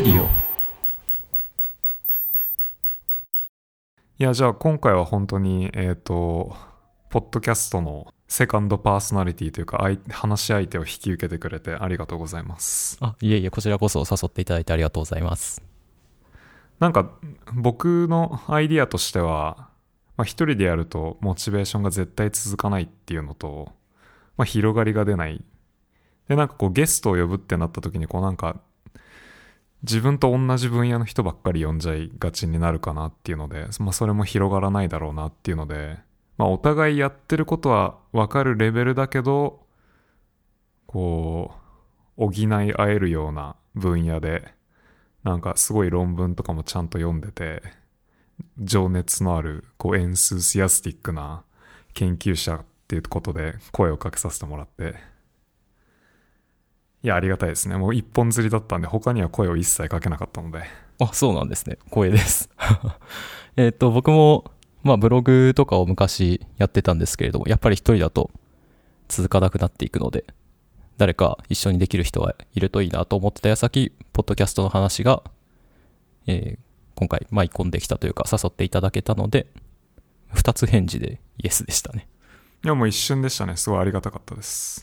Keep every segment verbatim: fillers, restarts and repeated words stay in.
ディオ。 いや、じゃあ今回は本当に、えっと、ポッドキャストのセカンドパーソナリティというか、話し相手を引き受けてくれてありがとうございます。 あ、いえいえ、こちらこそ誘っていただいてありがとうございます。 なんか、僕のアイディアとしては、まあ、一人でやるとモチベーションが絶対続かないっていうのと、まあ、広がりが出ない。で、なんかこうゲストを呼ぶってなった時に、こうなんか、自分と同じ分野の人ばっかり呼んじゃいがちになるかなっていうので、まあ、それも広がらないだろうなっていうので、まあ、お互いやってることは分かるレベルだけど、こう補い合えるような分野で、なんかすごい論文とかもちゃんと読んでて、情熱のあるこうエンスーシアスティックな研究者っていうことで声をかけさせてもらって、いや、ありがたいですね。もう一本釣りだったんで、他には声を一切かけなかったので。 あ、そうなんですね。光栄ですえっと僕もまあブログとかを昔やってたんですけれども、やっぱり一人だと続かなくなっていくので、誰か一緒にできる人がいるといいなと思ってた矢先、ポッドキャストの話が、えー、今回舞い込んできたというか誘っていただけたので、二つ返事でイエスでしたね。 いや、もう一瞬でしたね。すごいありがたかったです。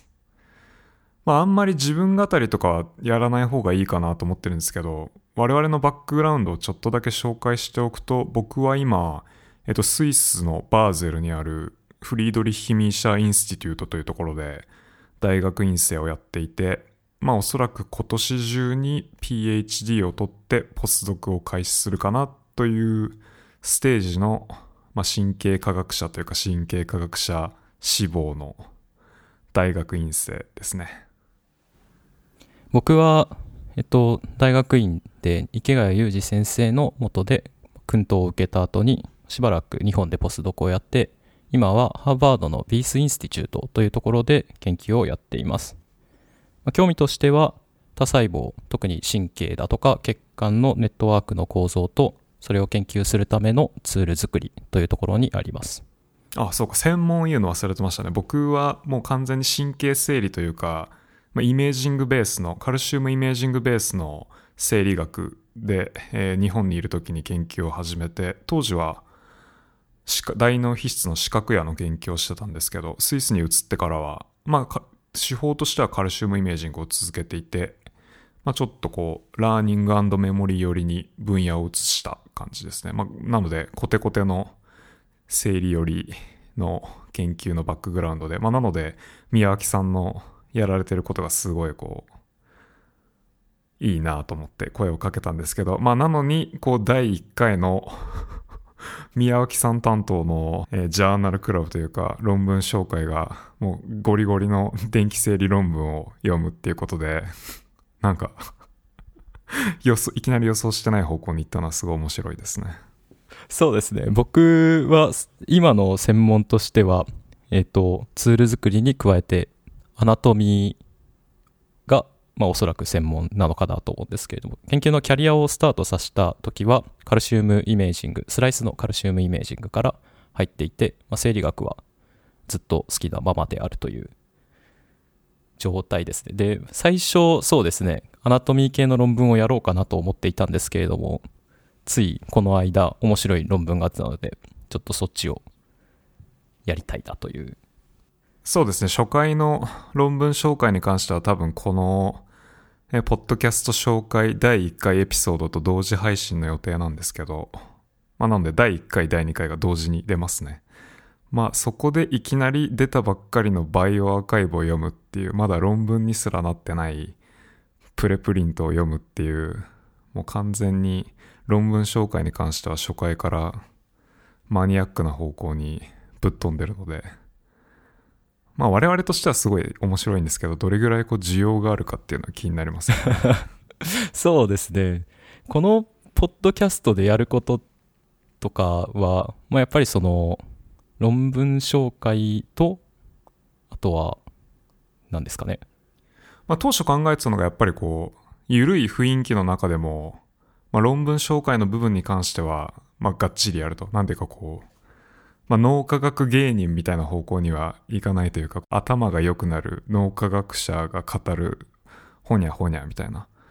まあ、あんまり自分語りとかはやらない方がいいかなと思ってるんですけど、我々のバックグラウンドをちょっとだけ紹介しておくと、僕は今、えっと、スイスのバーゼルにあるフリードリッヒ・ミーシャー・インスティテュートというところで大学院生をやっていて、まあおそらく今年中に ピーエイチディー を取ってポスドクを開始するかなというステージの、まあ、神経科学者というか神経科学者志望の大学院生ですね。 僕は、えっと、大学院で池谷裕二先生の下で訓導を受けた後にしばらく日本でポスドクをやって、今はハーバードのビースインスティチュートというところで研究をやっています。興味としては多細胞、特に神経だとか血管のネットワークの構造と、それを研究するためのツール作りというところにあります。 あ、そうか、専門言うの忘れてましたね。僕はもう完全に神経整理というか、まあ、イメージングベースのカルシウムイメージングベースの生理学で、えー、日本にいる時に研究を始めて、当時は大脳皮質の視覚野の研究をしてたんですけど、スイスに移ってからは、まあ、手法としてはカルシウムイメージングを続けていて、まあ、ちょっとこうラーニング&メモリー寄りに分野を移した感じですね。まあ、なのでコテコテの生理寄りの研究のバックグラウンドで、まあ、なので宮脇さんのやられてることがすごいこういいなと思って声をかけたんですけど、まあなのにこうだいいっかいの宮脇さん担当の、えー、ジャーナルクラブというか論文紹介がもうゴリゴリの電気生理論文を読むっていうことで、なんか予想いきなり予想してない方向に行ったのはすごい面白いですね。 そうですね。僕は今の専門としては、えっとツール作りに加えてアナトミーが、まあ、おそらく専門なのかなと思うんですけれども、研究のキャリアをスタートさせた時はカルシウムイメージング、スライスのカルシウムイメージングから入っていて、まあ、生理学はずっと好きなままであるという状態ですね。で、最初そうですね、アナトミー系の論文をやろうかなと思っていたんですけれども、ついこの間面白い論文があったので、ちょっとそっちをやりたいなという。 そうですね、初回の論文紹介に関しては多分このえポッドキャスト紹介だいいっかいエピソードと同時配信の予定なんですけど、まあ、なのでだいいっかいだいにかいが同時に出ますね。まあそこでいきなり出たばっかりのバイオアーカイブを読むっていう、まだ論文にすらなってないプレプリントを読むっていう、もう完全に論文紹介に関しては初回からマニアックな方向にぶっ飛んでるので、まあ我々としてはすごい面白いんですけど、どれぐらいこう需要があるかっていうのは気になりますね。 そうですね。このポッドキャストでやることとかは、まあ、やっぱりその論文紹介と、あとは何ですかね。 まあ当初考えてたのがやっぱりこう緩い雰囲気の中でも、まあ、論文紹介の部分に関してはまあがっちりやると、なんていうかこう。まあ、脳科学芸人みたいな方向にはいかないというか、頭が良くなる脳科学者が語るほにゃほにゃみたいな、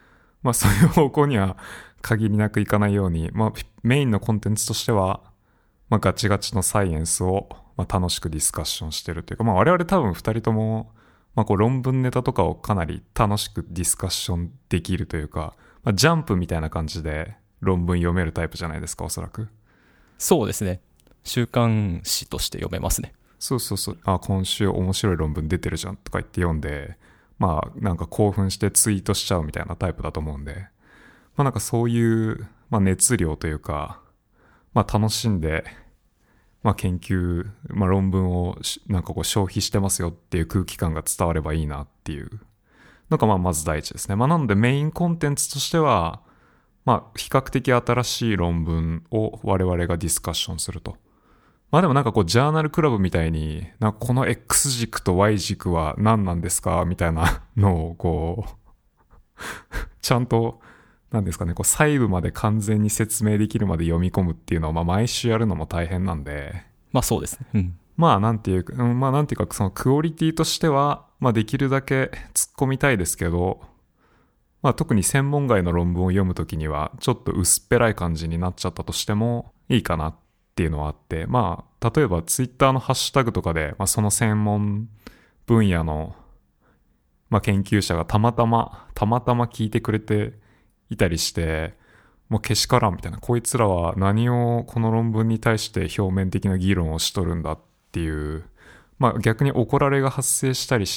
まあそういう方向には限りなくいかないように、まあメインのコンテンツとしては、まあガチガチのサイエンスをまあ楽しくディスカッションしてるというか、まあ我々多分二人とも、まあこう論文ネタとかをかなり楽しくディスカッションできるというか、まあジャンプみたいな感じで論文読めるタイプじゃないですか、おそらく。 そうですね。週刊誌として読めますね。 そうそうそう。あ、今週面白い論文出てるじゃんとか言って読んで、まあなんか興奮してツイートしちゃうみたいなタイプだと思うんで、まあなんかそういう、まあ、熱量というか、まあ楽しんで、まあ研究、まあ論文をなんかこう消費してますよっていう空気感が伝わればいいなっていうのがまあまず第一ですね。まあなのでメインコンテンツとしては、まあ比較的新しい論文を我々がディスカッションすると。まあでもなんかこうジャーナルクラブみたいに、なんかこの X 軸と Y 軸は何なんですかみたいなのをこう、ちゃんと、なんですかね、こう細部まで完全に説明できるまで読み込むっていうのをまあ毎週やるのも大変なんで。 まあそうですね。うん、 まあなんていうか、うん、まあなんていうかそのクオリティとしては、まあできるだけ突っ込みたいですけど、まあ特に専門外の論文を読むときにはちょっと薄っぺらい感じになっちゃったとしてもいいかなっていうのはあって、まあ例えばツイッターのハッシュタグとかで、まあ、その専門分野の、まあ、研究者がたまたまたまたま聞いてくれていたりして、もうけしからんみたいな、こいつらは何をこの論文に対して表面的な議論をしとるんだっていう、まあ逆に怒られが発生したりして、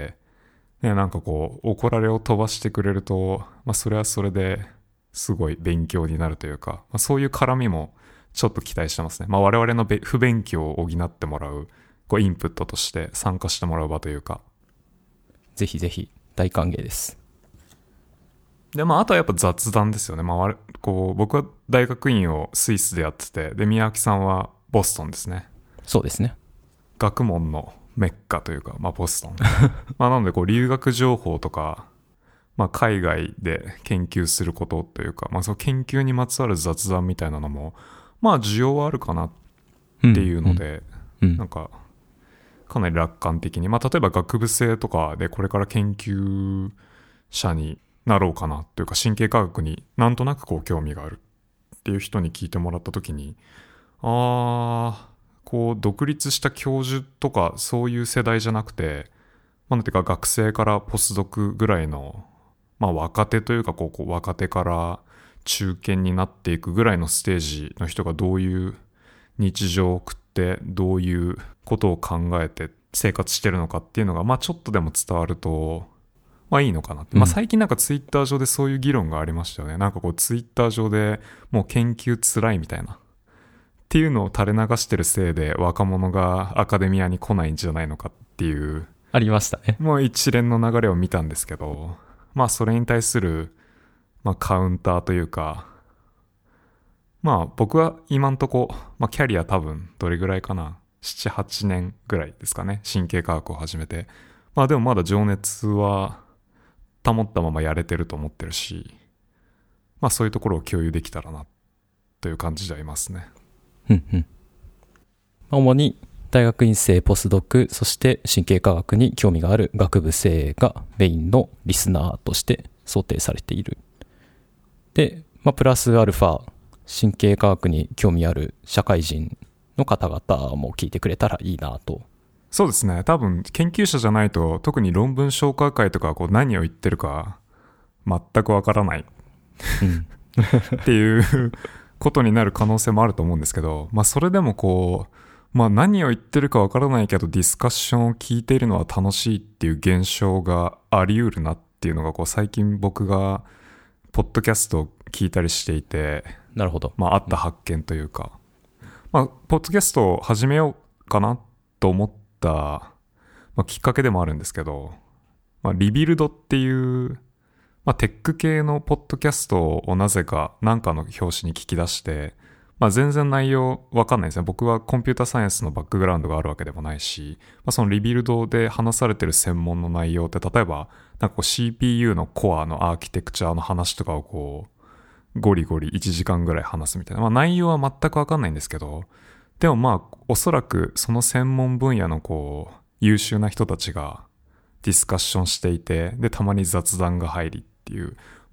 ね、なんかこう怒られを飛ばしてくれると、まあそれはそれですごい勉強になるというか、まあ、そういう絡みもちょっと期待してますね。まあ我々の不勉強を補ってもらう、こうインプットとして参加してもらう場というか。 ぜひぜひ大歓迎です。 で、まああとはやっぱ雑談ですよね。まあこう僕は大学院をスイスでやってて、で宮脇さんはボストンですね。 そうですね。 学問のメッカというか、まあボストン。まあなのでこう留学情報とか、まあ海外で研究することというか、まあその研究にまつわる雑談みたいなのも、まあ需要はあるかなっていうので、うんうん、なんかかなり楽観的に、まあ例えば学部生とかでこれから研究者になろうかなというか、神経科学になんとなくこう興味があるっていう人に聞いてもらった時に、あーこう独立した教授とかそういう世代じゃなくて、まあなんていうか学生からポスドクぐらいの、まあ若手というかこう、こう若手から中堅になっていくぐらいのステージの人がどういう日常を送ってどういうことを考えて生活してるのかっていうのがまあちょっとでも伝わるとまあいいのかなって、うん、まあ最近なんかツイッター上でそういう議論がありましたよね。なんかこうツイッター上でもう研究つらいみたいなっていうのを垂れ流してるせいで若者がアカデミアに来ないんじゃないのかっていうありましたね。 もう一連の流れを見たんですけど、まあそれに対するまあカウンターというか、まあ僕は今んとこ、まあキャリア多分どれぐらいかな、なな、はちねんぐらいですかね、神経科学を始めて。まあでもまだ情熱は保ったままやれてると思ってるし、まあそういうところを共有できたらなという感じではいますね。 うんうん。主に大学院生、ポスドク、そして神経科学に興味がある学部生がメインのリスナーとして想定されている。で、まあ、プラスアルファ、神経科学に興味ある社会人の方々も聞いてくれたらいいなと。 そうですね。多分研究者じゃないと、特に論文紹介会とかこう何を言ってるか全くわからない、うん、っていうことになる可能性もあると思うんですけど、まあそれでもこう、まあ何を言ってるかわからないけどディスカッションを聞いているのは楽しいっていう現象があり得るなっていうのがこう最近僕がポッドキャストを聞いたりしていて、 なるほど。 まああった発見というか、まあポッドキャストを始めようかなと思った、まあ、きっかけでもあるんですけど、まあリビルドっていうまあ、テック系のポッドキャストをなぜか何かの表紙に聞き出して、まあ、全然内容わかんないですね。僕はコンピュータサイエンスのバックグラウンドがあるわけでもないし、まあ、そのリビルドで話されてる専門の内容って、例えばなんかこう シーピーユー のコアのアーキテクチャの話とかをこうゴリゴリいちじかんぐらい話すみたいな、まあ、内容は全くわかんないんですけど、でもまあおそらくその専門分野のこう優秀な人たちがディスカッションしていて、でたまに雑談が入りっていう、ま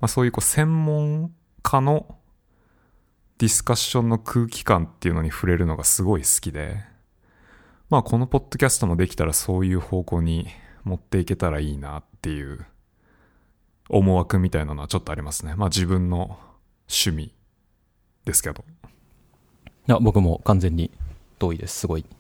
まあ、そういうこう専門家のディスカッションの空気感っていうのに触れるのがすごい好きで、まあこのポッドキャストもできたらそういう方向に持っていけたらいいなっていう思惑みたいなのはちょっとありますね。まあ自分の趣味ですけど。 いや、僕も完全に同意です。すごい。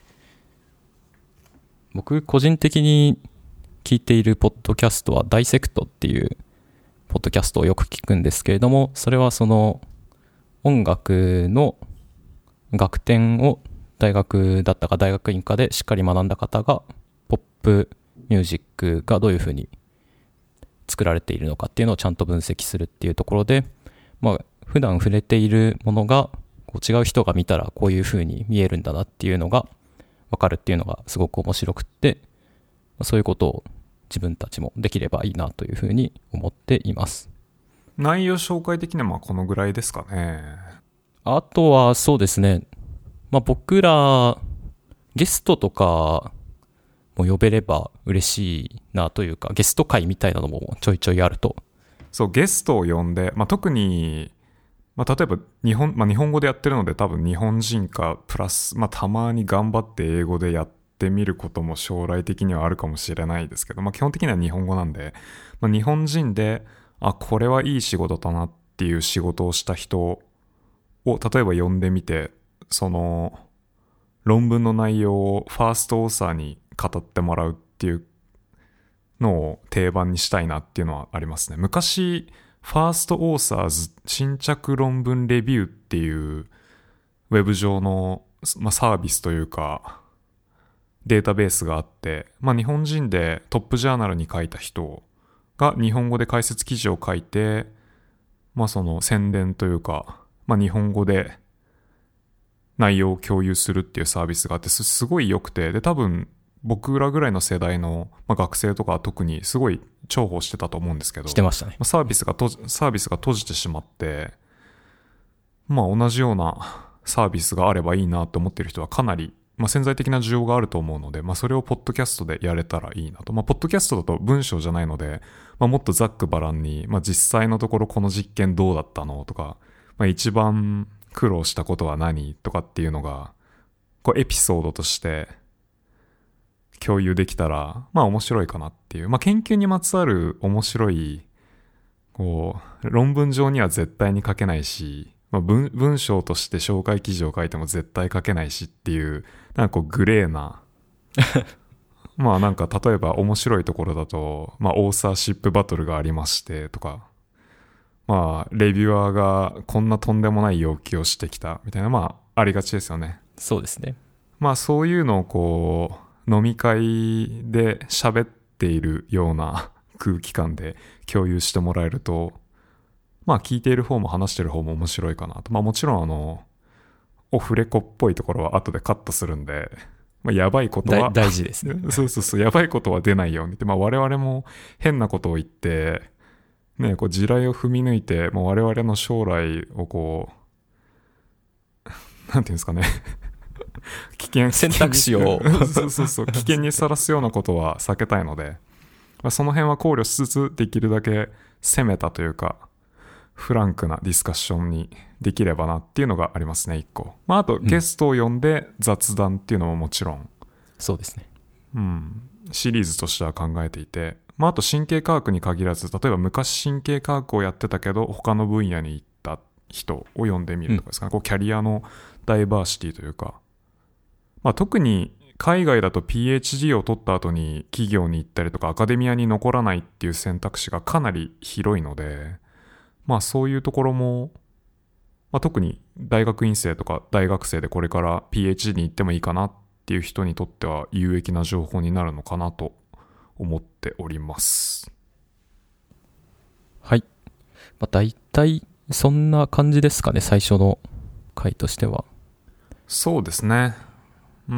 僕個人的に聞いているポッドキャストはダイセクトっていうポッドキャストをよく聞くんですけれども、それはその音楽の学点を大学だったか大学院かでしっかり学んだ方がポップミュージックがどういうふうに作られているのかっていうのをちゃんと分析するっていうところで、まあ普段触れているものがこう違う人が見たらこういうふうに見えるんだなっていうのが分かるっていうのがすごく面白くって、そういうことを自分たちもできればいいなというふうに思っています。 内容紹介的にはまあこのぐらいですかね。 あとはそうですね、まあ、僕らゲストとかも呼べれば嬉しいなというか、ゲスト会みたいなのもちょいちょいあると。 そうゲストを呼んで、まあ、特に、まあ、例えば日本、まあ、日本語でやってるので多分日本人かプラス、まあ、たまに頑張って英語でやってみることも将来的にはあるかもしれないですけど、まあ、基本的には日本語なんで、まあ、日本人であこれはいい仕事だなっていう仕事をした人を例えば呼んでみて、その論文の内容をファーストオーサーに語ってもらうっていうのを定番にしたいなっていうのはありますね。昔ファーストオーサーズ新着論文レビューっていうウェブ上の、まあ、サービスというかデータベースがあって、まあ、日本人でトップジャーナルに書いた人が日本語で解説記事を書いて、まあ、その宣伝というか、まあ、日本語で内容を共有するっていうサービスがあって、すごい良くて、で多分僕らぐらいの世代の、まあ、学生とかは特にすごい重宝してたと思うんですけど、 してましたね。 サービスがとサービスが閉じてしまって、まあ同じようなサービスがあればいいなと思っている人はかなり、まあ、潜在的な需要があると思うので、まあ、それをポッドキャストでやれたらいいなと。まあ、ポッドキャストだと文章じゃないので、まあ、もっとざっくばらんに、まあ、実際のところこの実験どうだったのとか、まあ、一番苦労したことは何とかっていうのがこうエピソードとして共有できたらまあ面白いかなっていう、まあ、研究にまつわる面白いこう論文上には絶対に書けないし、まあ、文, 文章として紹介記事を書いても絶対書けないしっていうなんかこうグレーなまあなんか例えば面白いところだと、まあ、オーサーシップバトルがありましてとか、まあレビュアーがこんなとんでもない要求をしてきたみたいな、まあありがちですよね。 そうですね。 まあそういうのをこう飲み会で喋っているような空気感で共有してもらえると、まあ聞いている方も話してる方も面白いかなと。まあもちろんあのオフレコっぽいところは後でカットするんで、まあ、やばいことは大事ですねそうそうそう、やばいことは出ないようにって、まあ我々も変なことを言ってね、こう地雷を踏み抜いて、もう我々の将来をこうなんていうんですかね危険選択肢をそうそうそう危険にさらすようなことは避けたいので、まあ、その辺は考慮しつつできるだけ攻めたというかフランクなディスカッションにできればなっていうのがありますね。一個、まあ、あとゲストを呼んで雑談っていうのももちろん、 そうですね、 うん、シリーズとしては考えていて、まあ、あと神経科学に限らず、例えば昔神経科学をやってたけど他の分野に行った人を呼んでみるとかですかね、うん、こうキャリアのダイバーシティというか、まあ、特に海外だと ピーエイチディー を取った後に企業に行ったりとかアカデミアに残らないっていう選択肢がかなり広いので、まあそういうところも、まあ、特に大学院生とか大学生でこれから ピーエイチディー に行ってもいいかなっていう人にとっては有益な情報になるのかなと思っております。 はい、まあ、大体そんな感じですかね、最初の回としては。 そうですね、うん、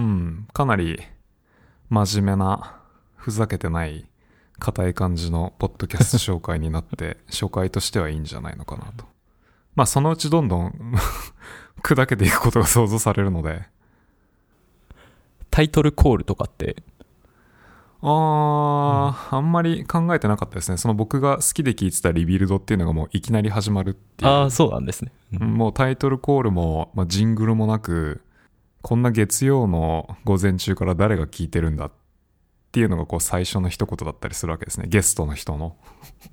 かなり真面目なふざけてない硬い感じのポッドキャスト紹介になって初回としてはいいんじゃないのかなと。まあそのうちどんどん砕けていくことが想像されるので。 タイトルコールとかってあー、うん、あんまり考えてなかったですね。その僕が好きで聞いてたリビルドっていうのがもういきなり始まるっていう。 ああ、そうなんですね。 うん、もうタイトルコールも、まあ、ジングルもなく、こんな月曜の午前中から誰が聞いてるんだっていうのがこう最初の一言だったりするわけですね。ゲストの人の。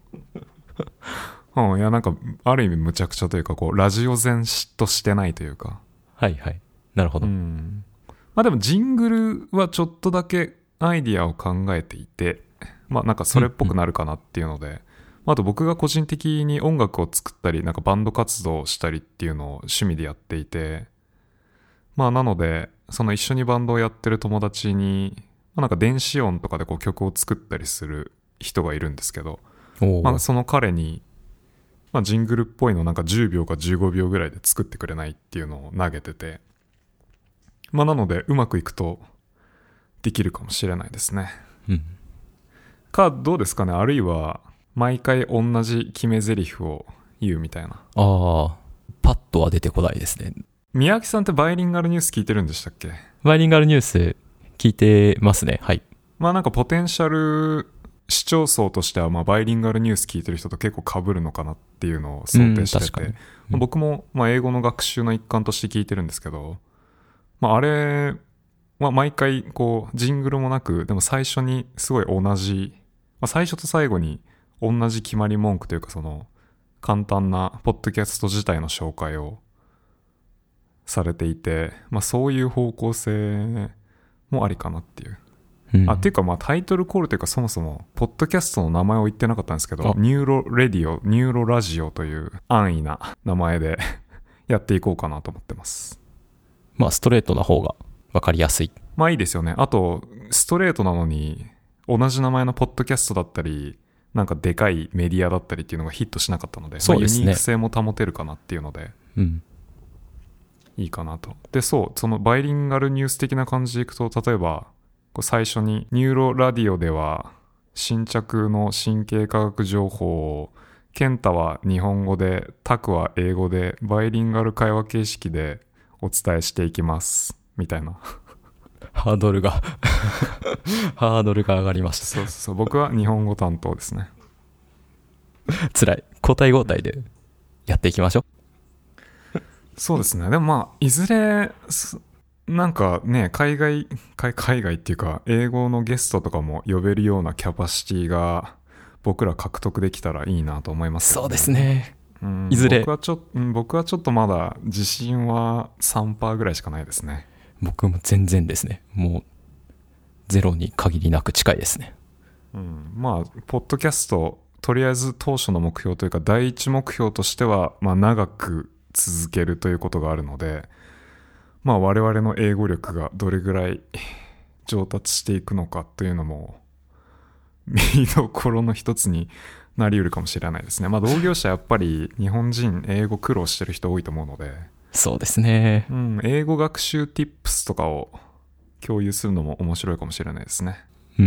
うん、いやなんかある意味むちゃくちゃというかこうラジオ前としてないというか。 はいはい。なるほど。 うん、まあでもジングルはちょっとだけアイディアを考えていて、まあなんかそれっぽくなるかなっていうので、うんうん、あと僕が個人的に音楽を作ったりなんかバンド活動をしたりっていうのを趣味でやっていて、まあなのでその一緒にバンドをやってる友達に、まあ、なんか電子音とかでこう曲を作ったりする人がいるんですけど、まあ、その彼に、まあ、ジングルっぽいのなんかじゅうびょうかじゅうごびょうぐらいで作ってくれないっていうのを投げてて、まあなのでうまくいくとできるかもしれないですね、 うん、 かどうですかね。あるいは毎回同じ決め台詞を言うみたいな。 ああ、パッとは出てこないですね。 宮脇さんってバイリンガルニュース聞いてるんでしたっけ？ バイリンガルニュース聞いてますね。はい。 まあなんかポテンシャル視聴層としてはまあバイリンガルニュース聞いてる人と結構被るのかなっていうのを想定してて、うん、僕もまあ英語の学習の一環として聞いてるんですけど、まああれ、まあ、毎回こうジングルもなく、でも最初にすごい同じ、まあ、最初と最後に同じ決まり文句というかその簡単なポッドキャスト自体の紹介をされていて、まあ、そういう方向性もありかなっていう、うん、あっていうかまあタイトルコールというかそもそもポッドキャストの名前を言ってなかったんですけど、ニューロレディオニューロラジオという安易な名前でやっていこうかなと思ってます。 まあストレートな方が分かりやすい。 まあいいですよね。あとストレートなのに同じ名前のポッドキャストだったりなんかでかいメディアだったりっていうのがヒットしなかったので、 そうですね、 まあ、ユニーク性も保てるかなっていうので、 うん、 いいかなと。で、そうそのバイリンガルニュース的な感じでいくと、例えばこう最初にニューロラディオでは新着の神経科学情報をケンタは日本語でタクは英語でバイリンガル会話形式でお伝えしていきますみたいなハードルがハードルが上がりました。 そうそうそう、僕は日本語担当ですね。 辛い。交代交代でやっていきましょう。そうですね。でもまあいずれなんかね、海外海外っていうか英語のゲストとかも呼べるようなキャパシティが僕ら獲得できたらいいなと思います、 ね、そうですね。 うん、 いずれ僕はちょ、うん、僕はちょっとまだ自信は さんパーセント ぐらいしかないですね。 僕も全然ですね。もうゼロに限りなく近いですね。 うん、まあポッドキャストとりあえず当初の目標というか第一目標としては、まあ、長く続けるということがあるので、まあ我々の英語力がどれぐらい上達していくのかというのも見どころの一つになりうるかもしれないですね。まあ同業者やっぱり日本人英語苦労してる人多いと思うので、 そうですね、 うん、英語学習 Tips とかを共有するのも面白いかもしれないですね。 うん、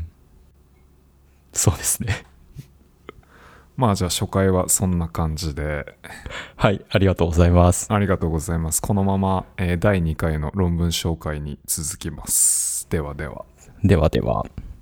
そうですね。 まあじゃあ初回はそんな感じで、 はい、ありがとうございます。 ありがとうございます。このまま、えー、だいにかいの論文紹介に続きます。ではでは。 ではでは。